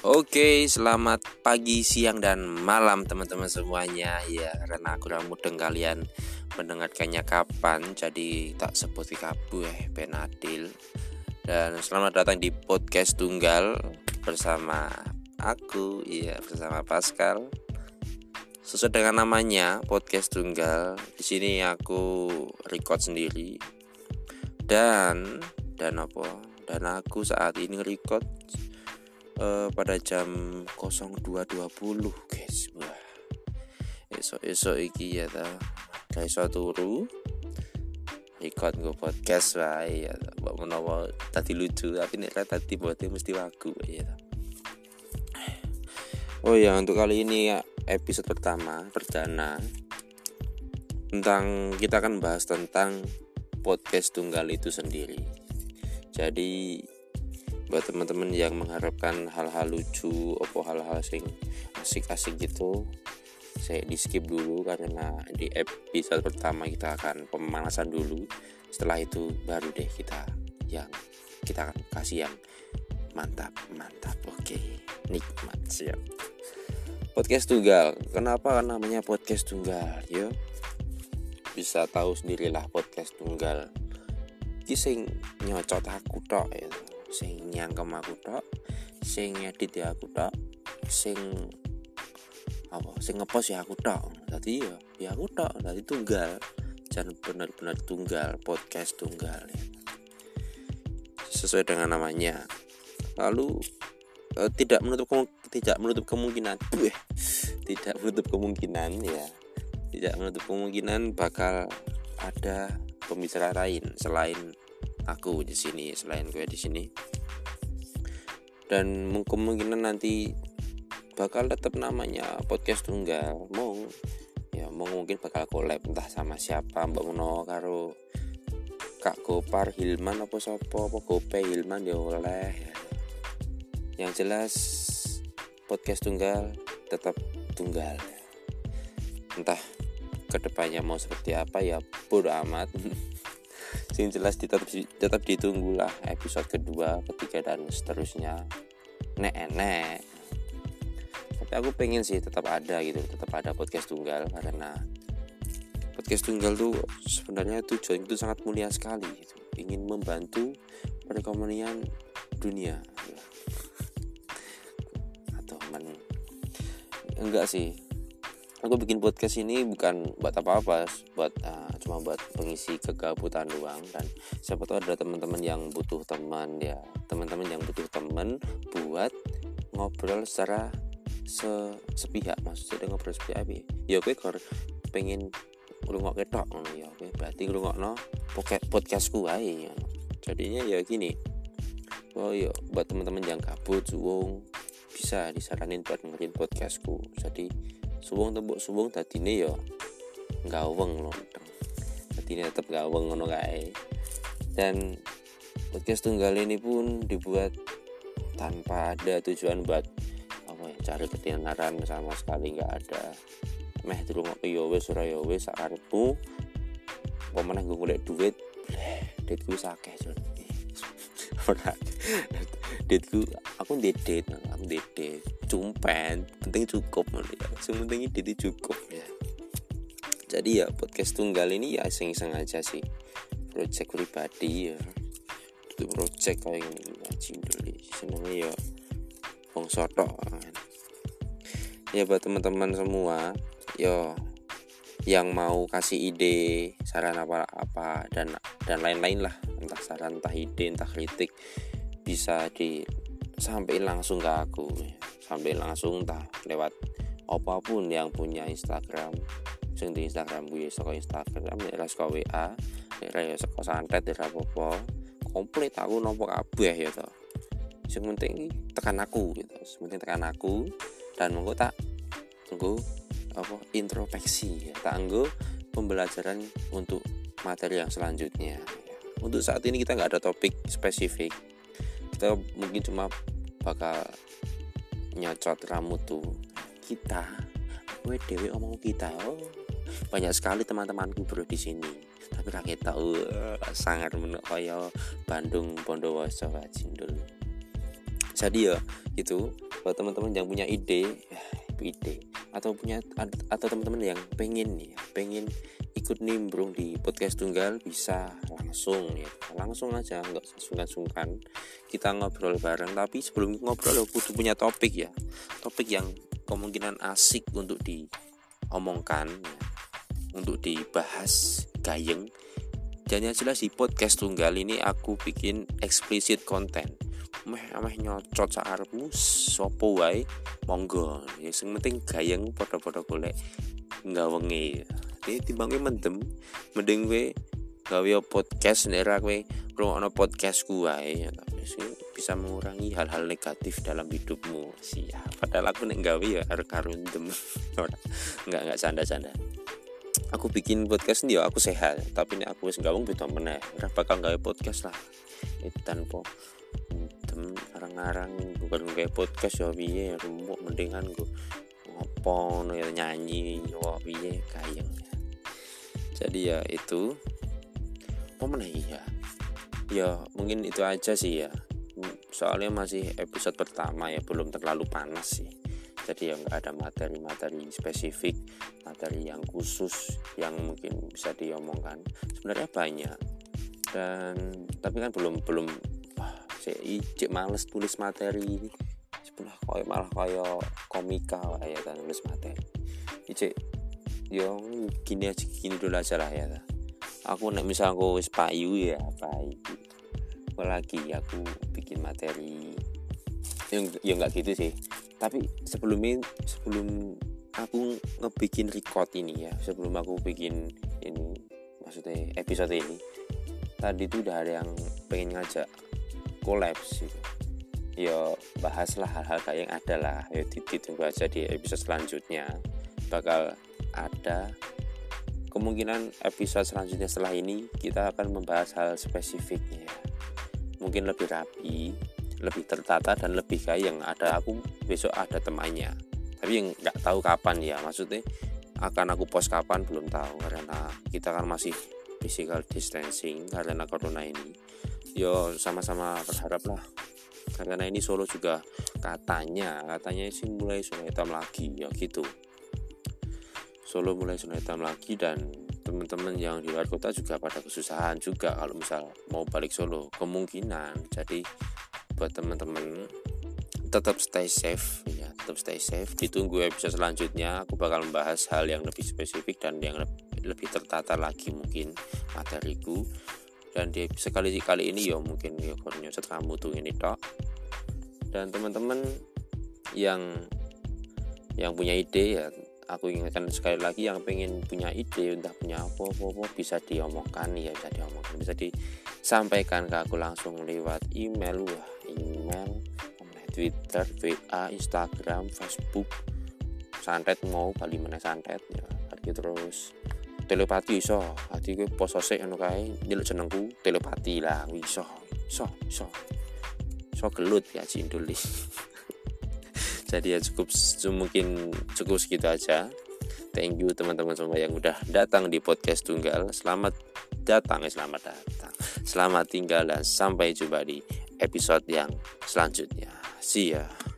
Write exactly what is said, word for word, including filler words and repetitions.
Oke, selamat pagi, siang, dan malam teman-teman semuanya. Ya, karena aku kurang mudeng kalian mendengarkannya kapan, jadi tak seperti kabeh penadil. Dan selamat datang di podcast tunggal bersama aku, ya bersama Pascal. Sesuai dengan namanya, podcast tunggal. Di sini aku record sendiri. Dan dan apa? Dan aku saat ini record Uh, pada jam nol dua dua puluh guys. Wah, esok-esok iki ya ta gak iso turu record go podcast wae ya ta. Mbok menawa tadi lucu tapi nek tadi bote mesti wagu ya ta. Oh ya, untuk kali ini episode pertama perdana tentang kita akan bahas tentang podcast tunggal itu sendiri. Jadi buat teman-teman yang mengharapkan hal-hal lucu atau hal-hal sing asik-asik gitu, saya di skip dulu karena di episode pertama kita akan pemanasan dulu. Setelah itu baru deh kita yang kita akan kasih yang mantap mantap. Oke, nikmat, siap. Podcast tunggal, kenapa namanya podcast tunggal? Yo, bisa tahu sendirilah podcast tunggal. Iki sing nyocot aku tok ya. Sing nyangkem aku tok, sing ngedit ya aku tok, sing apa, sing ngepost ya aku tok. Dadi ya, ya aku tok, dadi tunggal. Jangan benar-benar tunggal, podcast tunggal ya. Sesuai dengan namanya. Lalu eh, tidak menutup tidak menutup kemungkinan, eh, tidak menutup kemungkinan ya. Tidak menutup kemungkinan bakal ada pembicara lain selain aku di sini, selain gue di sini. Dan kemungkinan nanti bakal tetap namanya podcast tunggal. Mau ya mau mungkin bakal collab entah sama siapa, Mbak Muno karo Kak Gopar Hilman apa sapa apa Gope Hilman ya oleh. Yang jelas podcast tunggal tetap tunggal. Entah kedepannya mau seperti apa ya bodo amat. Sing jelas tetap tetap ditunggulah episode kedua, ketiga dan seterusnya. Nek enek. Tapi aku pengen sih tetap ada gitu, tetap ada podcast tunggal karena podcast tunggal tuh sebenarnya tujuan itu sangat mulia sekali gitu. Ingin membantu perekonomian dunia. Atau men enggak sih. Aku bikin podcast ini bukan buat apa-apa, buat uh, cuma buat pengisi kegabutan doang. Dan siapa tahu ada teman-teman yang butuh teman ya, teman-teman yang butuh teman buat ngobrol secara se sepihak. Maksudnya ngobrol sepihak ya, ya kowe kor pengen ngrungokke tok ngono ya, kowe berarti ngrungokno podcastku wae ya. Jadinya ya gini. Oh ya, buat teman-teman yang gabut suwung bisa disaranin buat dengerin podcastku. Jadi suwung tembok suwung dadine ya gaweng lonteng. Dadine tetep gaweng ngono kae. Dan podcast tunggal ini pun dibuat tanpa ada tujuan buat apa ya, cari ketenaran sama sekali enggak ada. Meh dirungokke ya wis ora ya wis sak karepmu. Apa meneh nggo golek duit. Duitku akeh, Jon. Ora. Duitku aku ndedit, aku ndedit. Cumpen, penting cukup ya. Yang penting ini cukup ya. Jadi ya podcast tunggal ini ya iseng-iseng aja sih. Project pribadi ya. Itu project kayak gini cindul senengnya ya wong sotok. Ya buat teman-teman semua, yo yang mau kasih ide, saran apa-apa dan dan lain-lain lah, entah saran, entah ide, entah kritik bisa di sampai langsung ke aku. Sampai langsung entah lewat apapun yang punya Instagram, sing di Instagram gue saka Instagram, nek ra saka W A, nek ra saka santet ora apa-apa, komplit aku nampa kabeh ya to. Sing penting tekan aku gitu. Sing penting tekan aku dan monggo tak tunggu apa introspeksi ya. Tak anggo pembelajaran untuk materi yang selanjutnya. Untuk saat ini kita enggak ada topik spesifik. Kita mungkin cuma bakal nyocot rambut tuh kita, gue dewe omong kita. Oh, banyak sekali teman-temanku bro di sini. Tapi rakyat tahu uh, sangar menuk kaya Bandung Bondowoso Cindul. Jadi ya gitu. buat teman-teman yang punya ide, ide atau punya atau teman-teman yang pengen nih, pengen ikut nimbrung di podcast tunggal, bisa langsung ya, langsung aja, nggak usah sungkan-sungkan, kita ngobrol bareng. Tapi sebelum ngobrol lo kudu punya topik ya, topik yang kemungkinan asik untuk diomongkan ya, untuk dibahas gayeng. Dan yang jelas di podcast tunggal ini aku bikin explicit content, meh meh nyocot sakarepmu sopo wae monggo ya, sing penting gayeng padha-padha golek ngawenge. Jadi timbangke mendem mending kowe gawe podcast nek ra kowe ngrungokno podcastku wae, bisa mengurangi hal-hal negatif dalam hidupmu. Siap. Padahal aku nek gawe ya karo-karo mendem. Enggak enggak canda-canda. Aku bikin podcast ini ya aku sehat, tapi nek aku wis gawang beda meneh. Ora bakal gawe podcast lah. Itu tanpa dem arang-arang bukan gawe podcast ya piye, rembuk mendingan go ngopo no ya nyanyi yo piye gayeng. Jadi ya itu apa meneh ya. Ya mungkin itu aja sih ya. Soalnya masih episode pertama ya, belum terlalu panas sih. Jadi ya nggak ada materi-materi spesifik, materi yang khusus yang mungkin bisa diomongkan. Sebenarnya banyak, dan tapi kan belum belum wah, cek males tulis materi ini. Sebelah koyo malah koyo komika ya kan tulis materi. Cek yo gini aja gini dulu aja lah ya. Aku nek misal aku wis payu ya payu. Apalagi aku bikin materi yang ya nggak gitu sih. Tapi sebelumnya sebelum aku ngebikin record ini ya, sebelum aku bikin ini maksudnya episode ini, tadi tuh udah ada yang pengen ngajak collabs gitu. Ya bahaslah hal-hal kayak yang ada lah. Ya ditunggu aja di episode selanjutnya, bakal ada kemungkinan episode selanjutnya setelah ini kita akan membahas hal spesifiknya. Mungkin lebih rapi, lebih tertata dan lebih gayeng. Ada aku besok ada temannya, tapi yang nggak tahu kapan ya, maksudnya akan aku post kapan belum tahu karena kita kan masih physical distancing karena corona ini. Yo sama-sama berharap lah, karena ini Solo juga katanya katanya sih mulai zona hitam lagi ya gitu. Solo mulai zona hitam lagi dan teman-teman yang di luar kota juga pada kesusahan juga kalau misal mau balik Solo kemungkinan. Jadi buat teman-teman tetap stay safe ya, tetap stay safe. Ditunggu episode selanjutnya, aku bakal membahas hal yang lebih spesifik dan yang lebih tertata lagi mungkin materiku. Dan di sekali kali ini ya mungkin ya nyocot kamu tuh ini tok. Dan teman-teman yang yang punya ide ya, aku ingatkan sekali lagi, yang pengen punya ide entah punya apa-apa bisa diomongkan ya, bisa diomongkan, bisa disampaikan ke aku langsung lewat email, wah email, Twitter, W A, Instagram, Facebook, santet mau bali meneh santet ya, lagi terus telepati iso, ati kowe poso sik ngono kae nyeluk jenengku telepati lah, iso, iso, iso, iso gelut ya cindul. Jadi ya cukup mungkin cukup segitu aja. Thank you teman-teman semua yang udah datang di podcast tunggal. Selamat datang, eh, selamat datang, selamat tinggal dan sampai jumpa di episode yang selanjutnya. See ya.